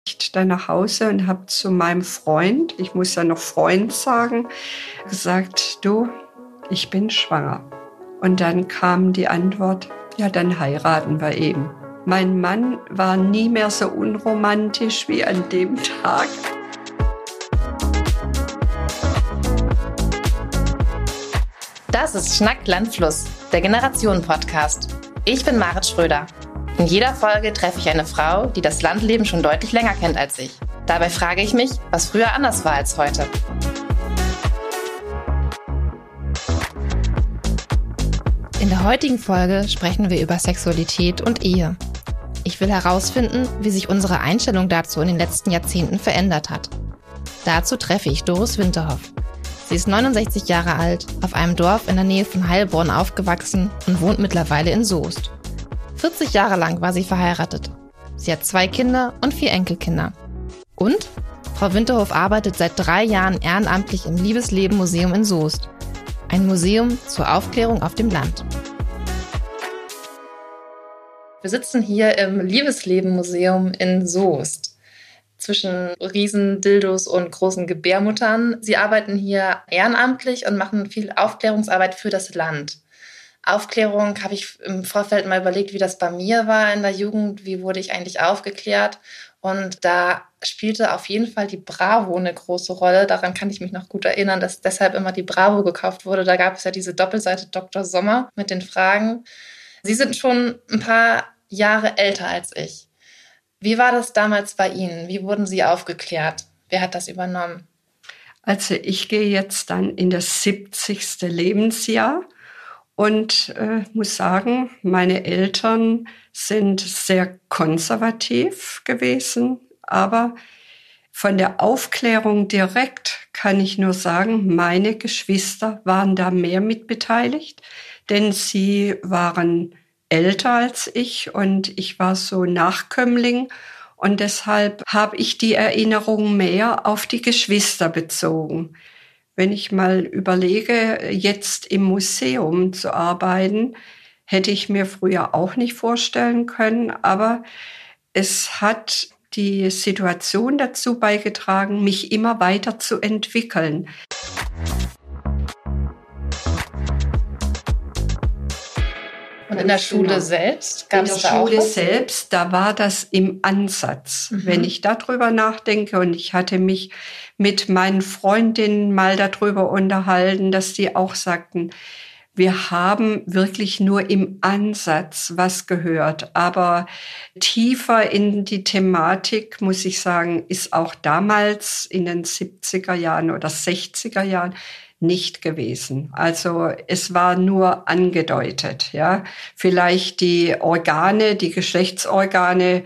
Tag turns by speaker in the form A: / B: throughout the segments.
A: dann nach Hause und habe zu meinem Freund, ich muss ja noch Freund sagen, gesagt, du, ich bin schwanger. Und dann kam die Antwort, ja, dann heiraten wir eben. Mein Mann war nie mehr so unromantisch wie an dem Tag.
B: Das ist Schnack Land Fluss, der Generationen-Podcast. Ich bin Marit Schröder. In jeder Folge treffe ich eine Frau, die das Landleben schon deutlich länger kennt als ich. Dabei frage ich mich, was früher anders war als heute. In der heutigen Folge sprechen wir über Sexualität und Ehe. Ich will herausfinden, wie sich unsere Einstellung dazu in den letzten Jahrzehnten verändert hat. Dazu treffe ich Doris Winterhoff. Sie ist 69 Jahre alt, auf einem Dorf in der Nähe von Heilbronn aufgewachsen und wohnt mittlerweile in Soest. 40 Jahre lang war sie verheiratet. Sie hat 2 Kinder und 4 Enkelkinder. Und Frau Winterhoff arbeitet seit 3 Jahren ehrenamtlich im Liebesleben-Museum in Soest. Ein Museum zur Aufklärung auf dem Land. Wir sitzen hier im Liebesleben-Museum in Soest. Zwischen Riesendildos und großen Gebärmuttern. Sie arbeiten hier ehrenamtlich und machen viel Aufklärungsarbeit für das Land. Aufklärung habe ich im Vorfeld mal überlegt, wie das bei mir war in der Jugend. Wie wurde ich eigentlich aufgeklärt? Und da spielte auf jeden Fall die Bravo eine große Rolle. Daran kann ich mich noch gut erinnern, dass deshalb immer die Bravo gekauft wurde. Da gab es ja diese Doppelseite Dr. Sommer mit den Fragen. Sie sind schon ein paar Jahre älter als ich. Wie war das damals bei Ihnen? Wie wurden Sie aufgeklärt? Wer hat das übernommen?
A: Also ich gehe jetzt dann in das 70. Lebensjahr und muss sagen, meine Eltern sind sehr konservativ gewesen, aber von der Aufklärung direkt kann ich nur sagen, meine Geschwister waren da mehr mitbeteiligt, denn sie waren älter als ich und ich war so Nachkömmling und deshalb habe ich die Erinnerung mehr auf die Geschwister bezogen. Wenn ich mal überlege, jetzt im Museum zu arbeiten, hätte ich mir früher auch nicht vorstellen können, aber es hat die Situation dazu beigetragen, mich immer weiter zu entwickeln.
B: Und in der Schule selbst?
A: In der Schule selbst, da war das im Ansatz. Wenn ich darüber nachdenke und ich hatte mich mit meinen Freundinnen mal darüber unterhalten, dass die auch sagten, wir haben wirklich nur im Ansatz was gehört. Aber tiefer in die Thematik, muss ich sagen, ist auch damals in den 70er Jahren oder 60er Jahren nicht gewesen. Also es war nur angedeutet, ja. Vielleicht die Organe, die Geschlechtsorgane,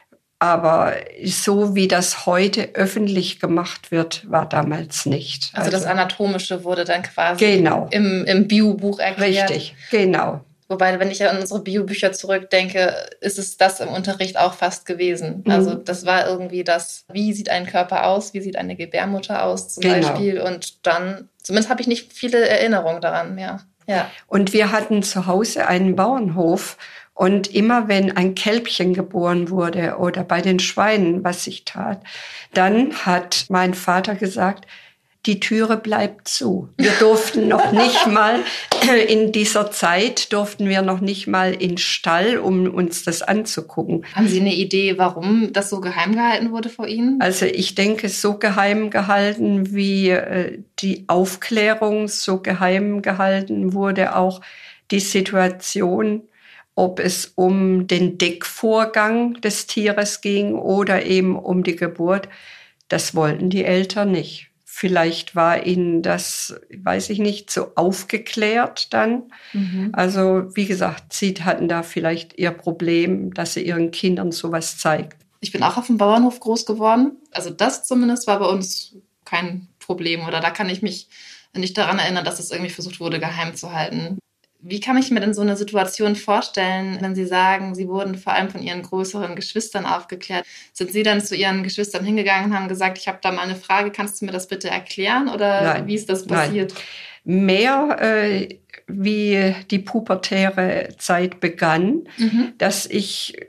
A: aber so wie das heute öffentlich gemacht wird, war damals nicht.
B: Also das Anatomische wurde dann quasi im Bio-Buch erklärt.
A: Richtig, genau.
B: Wobei, wenn ich an unsere Bio-Bücher zurückdenke, ist es das im Unterricht auch fast gewesen. Also das war irgendwie das, wie sieht ein Körper aus, wie sieht eine Gebärmutter aus zum Beispiel. Und dann, zumindest habe ich nicht viele Erinnerungen daran mehr. Ja.
A: Und wir hatten zu Hause einen Bauernhof. Und immer wenn ein Kälbchen geboren wurde oder bei den Schweinen, was sich tat, dann hat mein Vater gesagt, die Türe bleibt zu. Wir durften noch nicht mal, in dieser Zeit durften wir noch nicht mal in den Stall, um uns das anzugucken.
B: Haben Sie eine Idee, warum das so geheim gehalten wurde vor Ihnen?
A: Also ich denke, so geheim gehalten, wie die Aufklärung so geheim gehalten wurde, auch die Situation, ob es um den Deckvorgang des Tieres ging oder eben um die Geburt, das wollten die Eltern nicht. Vielleicht war ihnen das, weiß ich nicht, so aufgeklärt dann. Also wie gesagt, sie hatten da vielleicht ihr Problem, dass sie ihren Kindern sowas zeigt.
B: Ich bin auch auf dem Bauernhof groß geworden. Also das zumindest war bei uns kein Problem. Oder da kann ich mich nicht daran erinnern, dass es irgendwie versucht wurde, geheim zu halten. Wie kann ich mir denn so eine Situation vorstellen, wenn Sie sagen, Sie wurden vor allem von Ihren größeren Geschwistern aufgeklärt? Sind Sie dann zu Ihren Geschwistern hingegangen und haben gesagt, ich habe da mal eine Frage, kannst du mir das bitte erklären? Oder
A: Nein,
B: wie ist das passiert?
A: Nein. Mehr wie die pubertäre Zeit begann, dass ich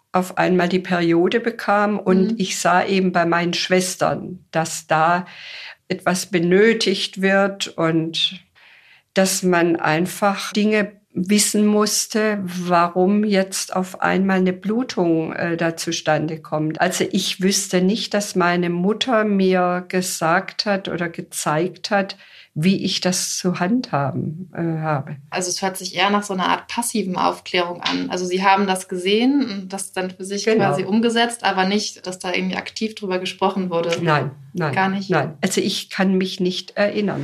A: auf einmal die Periode bekam und ich sah eben bei meinen Schwestern, dass da etwas benötigt wird und dass man einfach Dinge wissen musste, warum jetzt auf einmal eine Blutung da zustande kommt. Also ich wüsste nicht, dass meine Mutter mir gesagt hat oder gezeigt hat, wie ich das zu handhaben habe.
B: Also es hört sich eher nach so einer Art passiven Aufklärung an. Also Sie haben das gesehen und das dann für sich quasi umgesetzt, aber nicht, dass da irgendwie aktiv drüber gesprochen wurde.
A: Nein,
B: gar nicht.
A: Nein. Also ich kann mich nicht erinnern.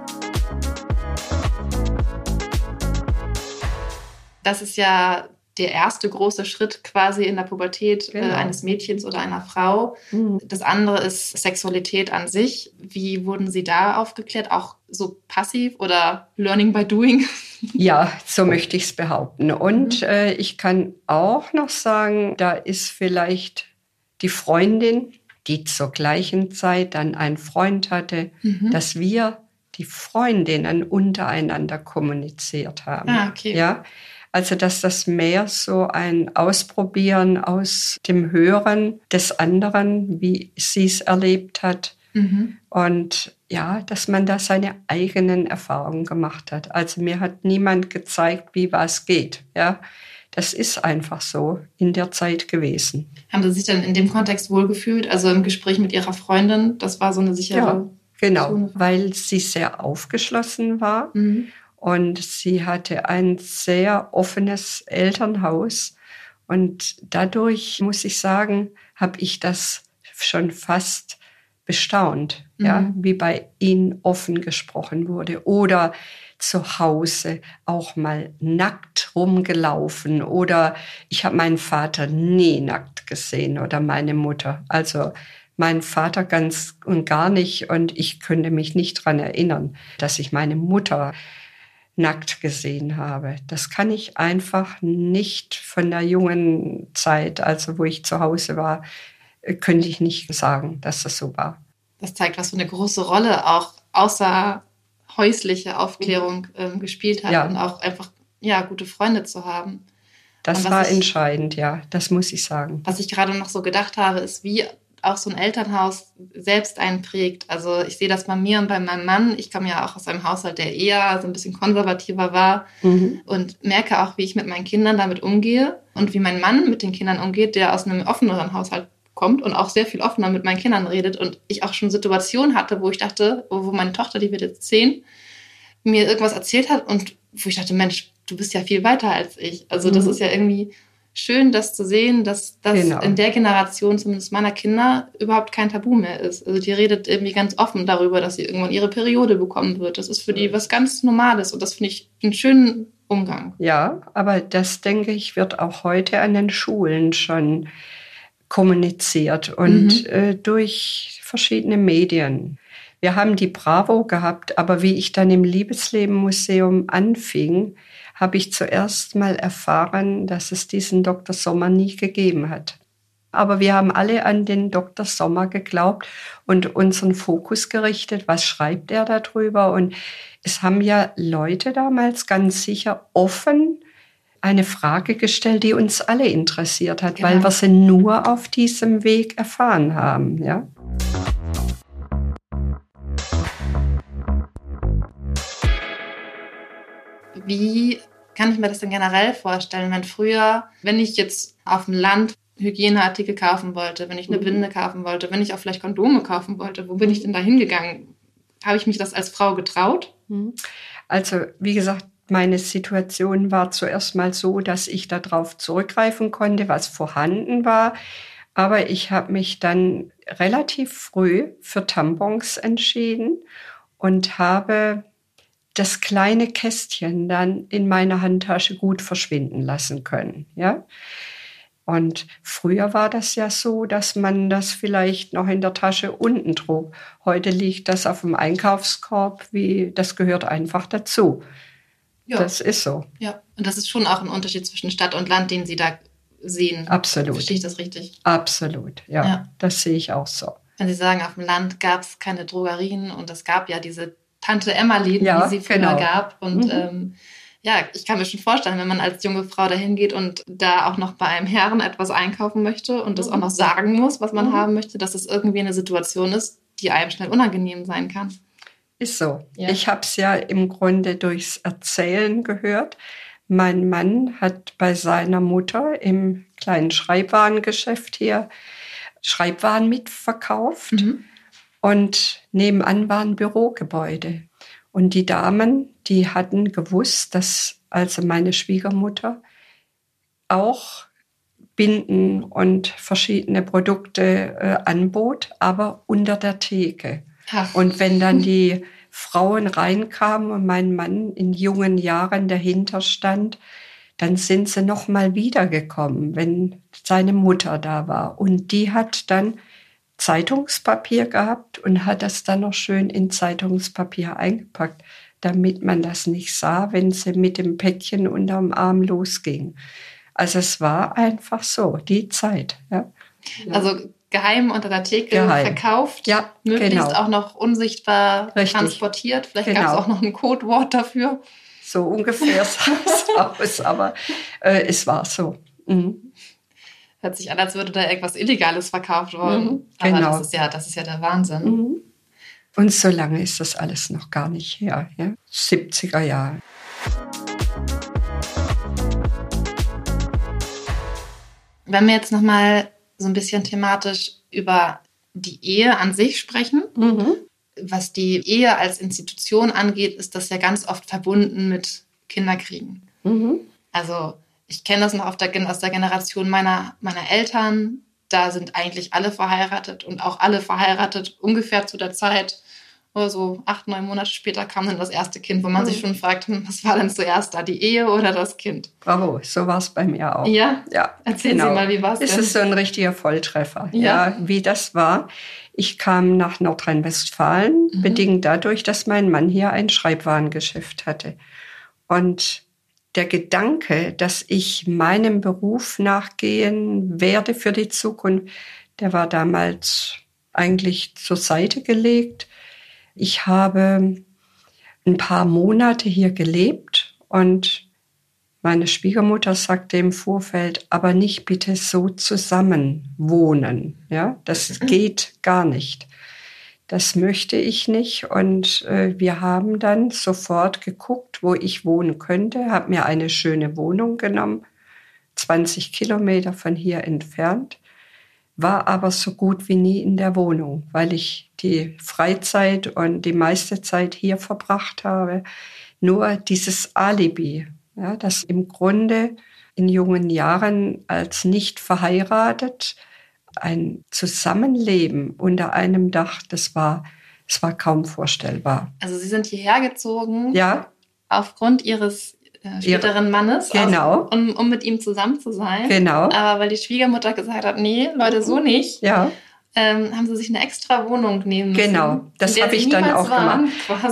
B: Das ist ja der erste große Schritt quasi in der Pubertät eines Mädchens oder einer Frau. Das andere ist Sexualität an sich. Wie wurden Sie da aufgeklärt? Auch so passiv oder learning by doing?
A: Ja, so möchte ich es behaupten. Und ich kann auch noch sagen, da ist vielleicht die Freundin, die zur gleichen Zeit dann einen Freund hatte, dass wir die Freundinnen untereinander kommuniziert haben.
B: Ah, okay.
A: Ja? Also, dass das mehr so ein Ausprobieren aus dem Hören des anderen, wie sie es erlebt hat. Und ja, dass man da seine eigenen Erfahrungen gemacht hat. Also mir hat niemand gezeigt, wie was geht. Ja, das ist einfach so in der Zeit gewesen.
B: Haben Sie sich denn in dem Kontext wohlgefühlt? Also im Gespräch mit Ihrer Freundin, das war so eine sichere...
A: Ja, genau, weil sie sehr aufgeschlossen war. Und sie hatte ein sehr offenes Elternhaus. Und dadurch, muss ich sagen, habe ich das schon fast bestaunt, ja, wie bei ihnen offen gesprochen wurde. Oder zu Hause auch mal nackt rumgelaufen. Oder ich habe meinen Vater nie nackt gesehen oder meine Mutter. Also mein Vater ganz und gar nicht. Und ich könnte mich nicht daran erinnern, dass ich meine Mutter nackt gesehen habe. Das kann ich einfach nicht von der jungen Zeit, also wo ich zu Hause war, könnte ich nicht sagen, dass das so war.
B: Das zeigt, was für eine große Rolle auch außerhäusliche Aufklärung gespielt hat und auch einfach gute Freunde zu haben.
A: Das war entscheidend, ja, das muss ich sagen.
B: Was ich gerade noch so gedacht habe, ist, wie auch so ein Elternhaus selbst einen prägt. Also ich sehe das bei mir und bei meinem Mann. Ich komme ja auch aus einem Haushalt, der eher so ein bisschen konservativer war und merke auch, wie ich mit meinen Kindern damit umgehe und wie mein Mann mit den Kindern umgeht, der aus einem offeneren Haushalt kommt und auch sehr viel offener mit meinen Kindern redet. Und ich auch schon Situationen hatte, wo ich dachte, wo meine Tochter, die wird jetzt 10, mir irgendwas erzählt hat und wo ich dachte, Mensch, du bist ja viel weiter als ich. Also das ist ja irgendwie schön, das zu sehen, dass das in der Generation, zumindest meiner Kinder, überhaupt kein Tabu mehr ist. Also die redet irgendwie ganz offen darüber, dass sie irgendwann ihre Periode bekommen wird. Das ist für die was ganz Normales und das finde ich einen schönen Umgang.
A: Ja, aber das, denke ich, wird auch heute an den Schulen schon kommuniziert und durch verschiedene Medien. Wir haben die Bravo gehabt, aber wie ich dann im Liebesleben-Museum anfing, habe ich zuerst mal erfahren, dass es diesen Dr. Sommer nie gegeben hat. Aber wir haben alle an den Dr. Sommer geglaubt und unseren Fokus gerichtet. Was schreibt er darüber? Und es haben ja Leute damals ganz sicher offen eine Frage gestellt, die uns alle interessiert hat, weil wir sie nur auf diesem Weg erfahren haben. Ja?
B: Wie kann ich mir das denn generell vorstellen, wenn ich jetzt auf dem Land Hygieneartikel kaufen wollte, wenn ich eine Binde kaufen wollte, wenn ich auch vielleicht Kondome kaufen wollte, wo bin ich denn da hingegangen? Habe ich mich das als Frau getraut?
A: Also, wie gesagt, meine Situation war zuerst mal so, dass ich darauf zurückgreifen konnte, was vorhanden war. Aber ich habe mich dann relativ früh für Tampons entschieden und habe das kleine Kästchen dann in meiner Handtasche gut verschwinden lassen können. Ja? Und früher war das ja so, dass man das vielleicht noch in der Tasche unten trug. Heute liegt das auf dem Einkaufskorb, das gehört einfach dazu. Ja. Das ist so.
B: Ja, und das ist schon auch ein Unterschied zwischen Stadt und Land, den Sie da sehen.
A: Absolut.
B: Verstehe ich das richtig?
A: Absolut, ja. Das sehe ich auch so.
B: Wenn Sie sagen, auf dem Land gab es keine Drogerien und es gab ja diese Tante-Emma-Läden, die sie früher gab. Und Ja, ich kann mir schon vorstellen, wenn man als junge Frau dahin geht und da auch noch bei einem Herrn etwas einkaufen möchte und das auch noch sagen muss, was man haben möchte, dass es irgendwie eine Situation ist, die einem schnell unangenehm sein kann.
A: Ist so. Ja. Ich habe es ja im Grunde durchs Erzählen gehört. Mein Mann hat bei seiner Mutter im kleinen Schreibwarengeschäft hier Schreibwaren mitverkauft. Und nebenan war ein Bürogebäude. Und die Damen, die hatten gewusst, dass also meine Schwiegermutter auch Binden und verschiedene Produkte anbot, aber unter der Theke. Ach. Und wenn dann die Frauen reinkamen und mein Mann in jungen Jahren dahinter stand, dann sind sie noch mal wiedergekommen, wenn seine Mutter da war. Und die hat dann Zeitungspapier gehabt und hat das dann noch schön in Zeitungspapier eingepackt, damit man das nicht sah, wenn sie mit dem Päckchen unterm Arm losging. Also es war einfach so, die Zeit. Ja.
B: Also geheim unter der Theke verkauft,
A: ja,
B: möglichst auch noch unsichtbar transportiert. Vielleicht gab es auch noch ein Codewort dafür.
A: So ungefähr sah es aus, aber es war so.
B: Hört sich an, als würde da irgendwas Illegales verkauft worden. Aber das ist ja der Wahnsinn.
A: Und so lange ist das alles noch gar nicht her. Ja? 70er Jahre.
B: Wenn wir jetzt noch mal so ein bisschen thematisch über die Ehe an sich sprechen. Was die Ehe als Institution angeht, ist das ja ganz oft verbunden mit Kinderkriegen. Also ich kenne das noch aus der Generation meiner Eltern. Da sind eigentlich alle verheiratet und auch alle verheiratet ungefähr zu der Zeit. Oder so 8, 9 Monate später kam dann das erste Kind, wo man sich schon fragt, was war denn zuerst da, die Ehe oder das Kind?
A: Bravo, so war es bei mir auch.
B: Ja? Erzählen Sie mal, wie war es denn?
A: Es ist so ein richtiger Volltreffer. Ja, wie das war. Ich kam nach Nordrhein-Westfalen, bedingt dadurch, dass mein Mann hier ein Schreibwarengeschäft hatte. Und der Gedanke, dass ich meinem Beruf nachgehen werde für die Zukunft, der war damals eigentlich zur Seite gelegt. Ich habe ein paar Monate hier gelebt und meine Schwiegermutter sagte im Vorfeld, aber nicht bitte so zusammen wohnen. Ja, das geht gar nicht. Das möchte ich nicht. Und wir haben dann sofort geguckt, wo ich wohnen könnte, habe mir eine schöne Wohnung genommen, 20 Kilometer von hier entfernt, war aber so gut wie nie in der Wohnung, weil ich die Freizeit und die meiste Zeit hier verbracht habe. Nur dieses Alibi, ja, das im Grunde in jungen Jahren als nicht verheiratet ein Zusammenleben unter einem Dach, es war kaum vorstellbar.
B: Also Sie sind hierher gezogen,
A: ja,
B: aufgrund Ihres späteren Mannes,
A: genau,
B: um mit ihm zusammen zu sein.
A: Genau.
B: Aber weil die Schwiegermutter gesagt hat, nee, Leute, so nicht,
A: ja.
B: Haben Sie sich eine extra Wohnung nehmen müssen.
A: Genau, das habe ich dann auch gemacht.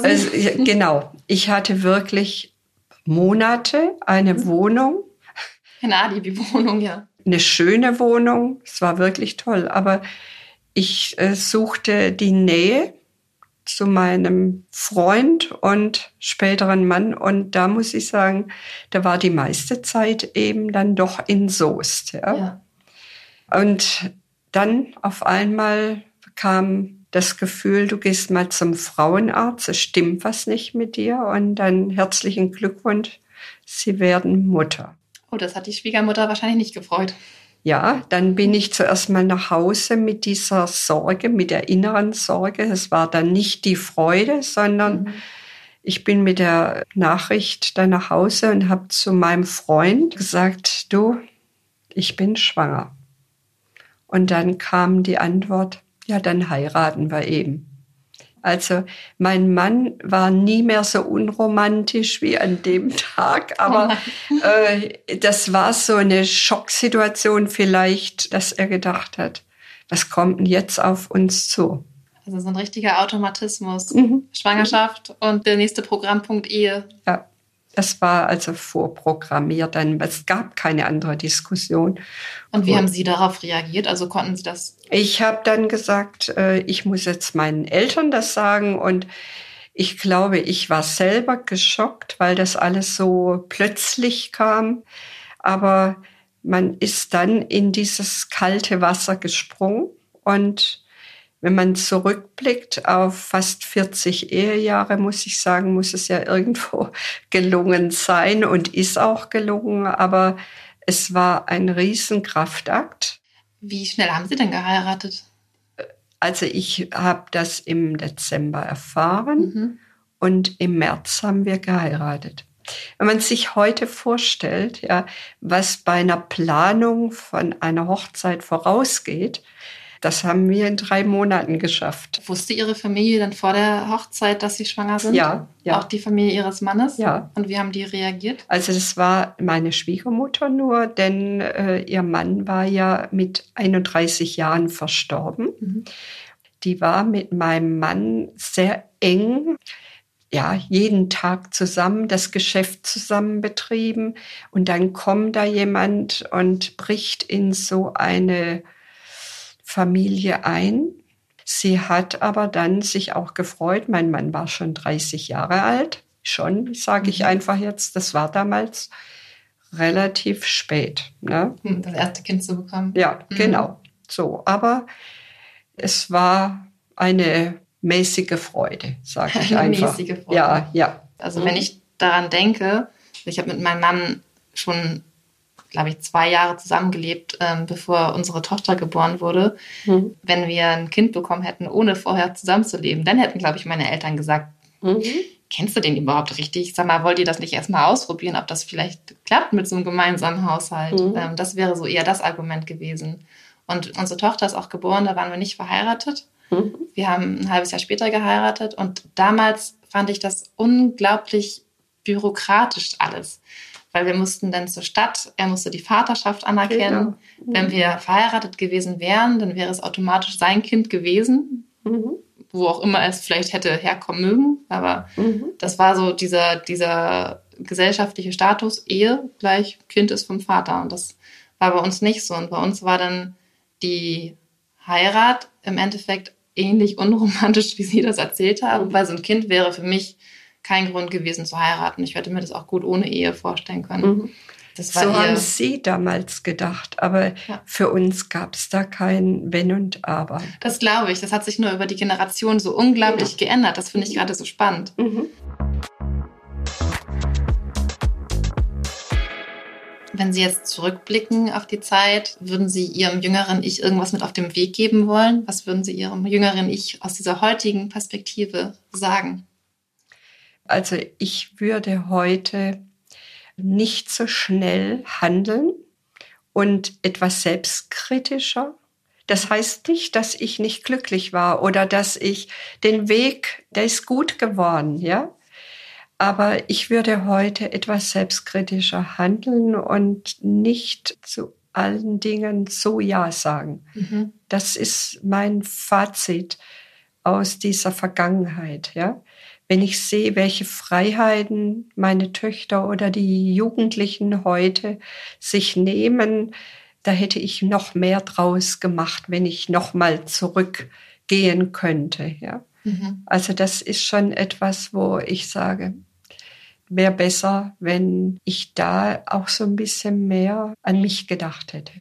A: Genau, ich hatte wirklich Monate eine Wohnung.
B: Eine Alibi-Wohnung, ja.
A: Eine schöne Wohnung, es war wirklich toll, aber ich suchte die Nähe zu meinem Freund und späteren Mann und da muss ich sagen, da war die meiste Zeit eben dann doch in Soest. Ja. Und dann auf einmal kam das Gefühl, du gehst mal zum Frauenarzt, es stimmt was nicht mit dir und dann herzlichen Glückwunsch, Sie werden Mutter.
B: Oh, das hat die Schwiegermutter wahrscheinlich nicht gefreut.
A: Ja, dann bin ich zuerst mal nach Hause mit dieser Sorge, mit der inneren Sorge. Es war dann nicht die Freude, sondern ich bin mit der Nachricht dann nach Hause und habe zu meinem Freund gesagt, du, ich bin schwanger. Und dann kam die Antwort, ja, dann heiraten wir eben. Also mein Mann war nie mehr so unromantisch wie an dem Tag, aber das war so eine Schocksituation vielleicht, dass er gedacht hat, was kommt denn jetzt auf uns zu?
B: Also so ein richtiger Automatismus, Schwangerschaft und der nächste Programmpunkt Ehe.
A: Ja, das war also vorprogrammiert, es gab keine andere Diskussion.
B: Und wie haben Sie darauf reagiert? Also konnten Sie das?
A: Ich habe dann gesagt, ich muss jetzt meinen Eltern das sagen und Ich glaube, ich war selber geschockt, weil das alles so plötzlich kam. Aber man ist dann in dieses kalte Wasser gesprungen. Und wenn man zurückblickt auf fast 40 Ehejahre, muss ich sagen, muss es ja irgendwo gelungen sein und ist auch gelungen. Aber es war ein Riesenkraftakt.
B: Wie schnell haben Sie denn geheiratet?
A: Also ich habe das im Dezember erfahren und im März haben wir geheiratet. Wenn man sich heute vorstellt, ja, was bei einer Planung von einer Hochzeit vorausgeht, das haben wir in 3 Monaten geschafft.
B: Wusste Ihre Familie dann vor der Hochzeit, dass Sie schwanger sind?
A: Ja.
B: Auch die Familie Ihres Mannes?
A: Ja.
B: Und wie haben die reagiert?
A: Also das war meine Schwiegermutter nur, denn ihr Mann war ja mit 31 Jahren verstorben. Die war mit meinem Mann sehr eng, ja, jeden Tag zusammen, das Geschäft zusammen betrieben. Und dann kommt da jemand und bricht in so eine Familie ein. Sie hat aber dann sich auch gefreut. Mein Mann war schon 30 Jahre alt. Schon, sage ich einfach jetzt. Das war damals relativ spät. Ne?
B: Das erste Kind zu bekommen.
A: Ja, genau. So, aber es war eine mäßige Freude, sage ich einfach.
B: Mäßige Freude.
A: Ja.
B: Also wenn ich daran denke, ich habe mit meinem Mann schon, glaube ich, 2 Jahre zusammengelebt, bevor unsere Tochter geboren wurde. Wenn wir ein Kind bekommen hätten, ohne vorher zusammenzuleben, dann hätten, glaube ich, meine Eltern gesagt, kennst du den überhaupt richtig? Sag mal, wollt ihr das nicht erstmal ausprobieren, ob das vielleicht klappt mit so einem gemeinsamen Haushalt? Das wäre so eher das Argument gewesen. Und unsere Tochter ist auch geboren, da waren wir nicht verheiratet. Wir haben ein halbes Jahr später geheiratet und damals fand ich das unglaublich bürokratisch alles. Weil wir mussten dann zur Stadt, er musste die Vaterschaft anerkennen. Genau. Wenn wir verheiratet gewesen wären, dann wäre es automatisch sein Kind gewesen, wo auch immer es vielleicht hätte herkommen mögen. Aber das war so dieser gesellschaftliche Status, Ehe gleich Kind ist vom Vater. Und das war bei uns nicht so. Und bei uns war dann die Heirat im Endeffekt ähnlich unromantisch, wie Sie das erzählt haben, weil so ein Kind wäre für mich kein Grund gewesen zu heiraten. Ich hätte mir das auch gut ohne Ehe vorstellen können. Das war
A: so haben Sie damals gedacht, aber für uns gab es da kein Wenn und Aber.
B: Das glaube ich. Das hat sich nur über die Generation so unglaublich geändert. Das finde ich gerade so spannend. Wenn Sie jetzt zurückblicken auf die Zeit, würden Sie Ihrem jüngeren Ich irgendwas mit auf den Weg geben wollen? Was würden Sie Ihrem jüngeren Ich aus dieser heutigen Perspektive sagen?
A: Also ich würde heute nicht so schnell handeln und etwas selbstkritischer. Das heißt nicht, dass ich nicht glücklich war oder dass ich den Weg, der ist gut geworden, ja. Aber ich würde heute etwas selbstkritischer handeln und nicht zu allen Dingen so Ja sagen. Das ist mein Fazit aus dieser Vergangenheit, ja. Wenn ich sehe, welche Freiheiten meine Töchter oder die Jugendlichen heute sich nehmen, da hätte ich noch mehr draus gemacht, wenn ich noch mal zurückgehen könnte, ja. Also das ist schon etwas, wo ich sage, wäre besser, wenn ich da auch so ein bisschen mehr an mich gedacht hätte.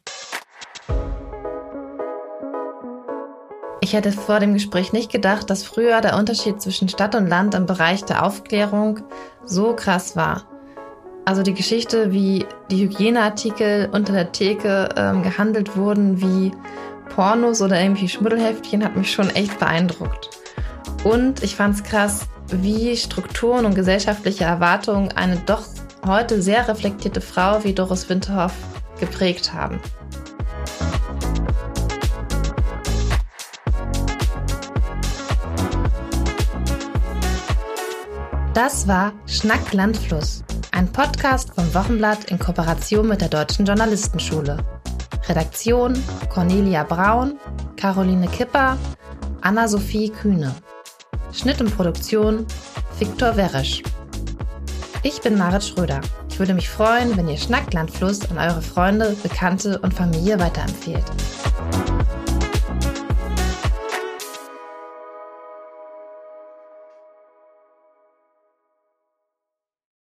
B: Ich hätte vor dem Gespräch nicht gedacht, dass früher der Unterschied zwischen Stadt und Land im Bereich der Aufklärung so krass war. Also die Geschichte, wie die Hygieneartikel unter der Theke gehandelt wurden, wie Pornos oder irgendwie Schmuddelheftchen, hat mich schon echt beeindruckt. Und ich fand's krass, wie Strukturen und gesellschaftliche Erwartungen eine doch heute sehr reflektierte Frau wie Doris Winterhoff geprägt haben. Das war Schnack Landfluss, ein Podcast vom Wochenblatt in Kooperation mit der Deutschen Journalistenschule. Redaktion Cornelia Braun, Caroline Kipper, Anna-Sophie Kühne. Schnitt und Produktion Viktor Weresch. Ich bin Marit Schröder. Ich würde mich freuen, wenn ihr Schnack Landfluss an eure Freunde, Bekannte und Familie weiterempfehlt.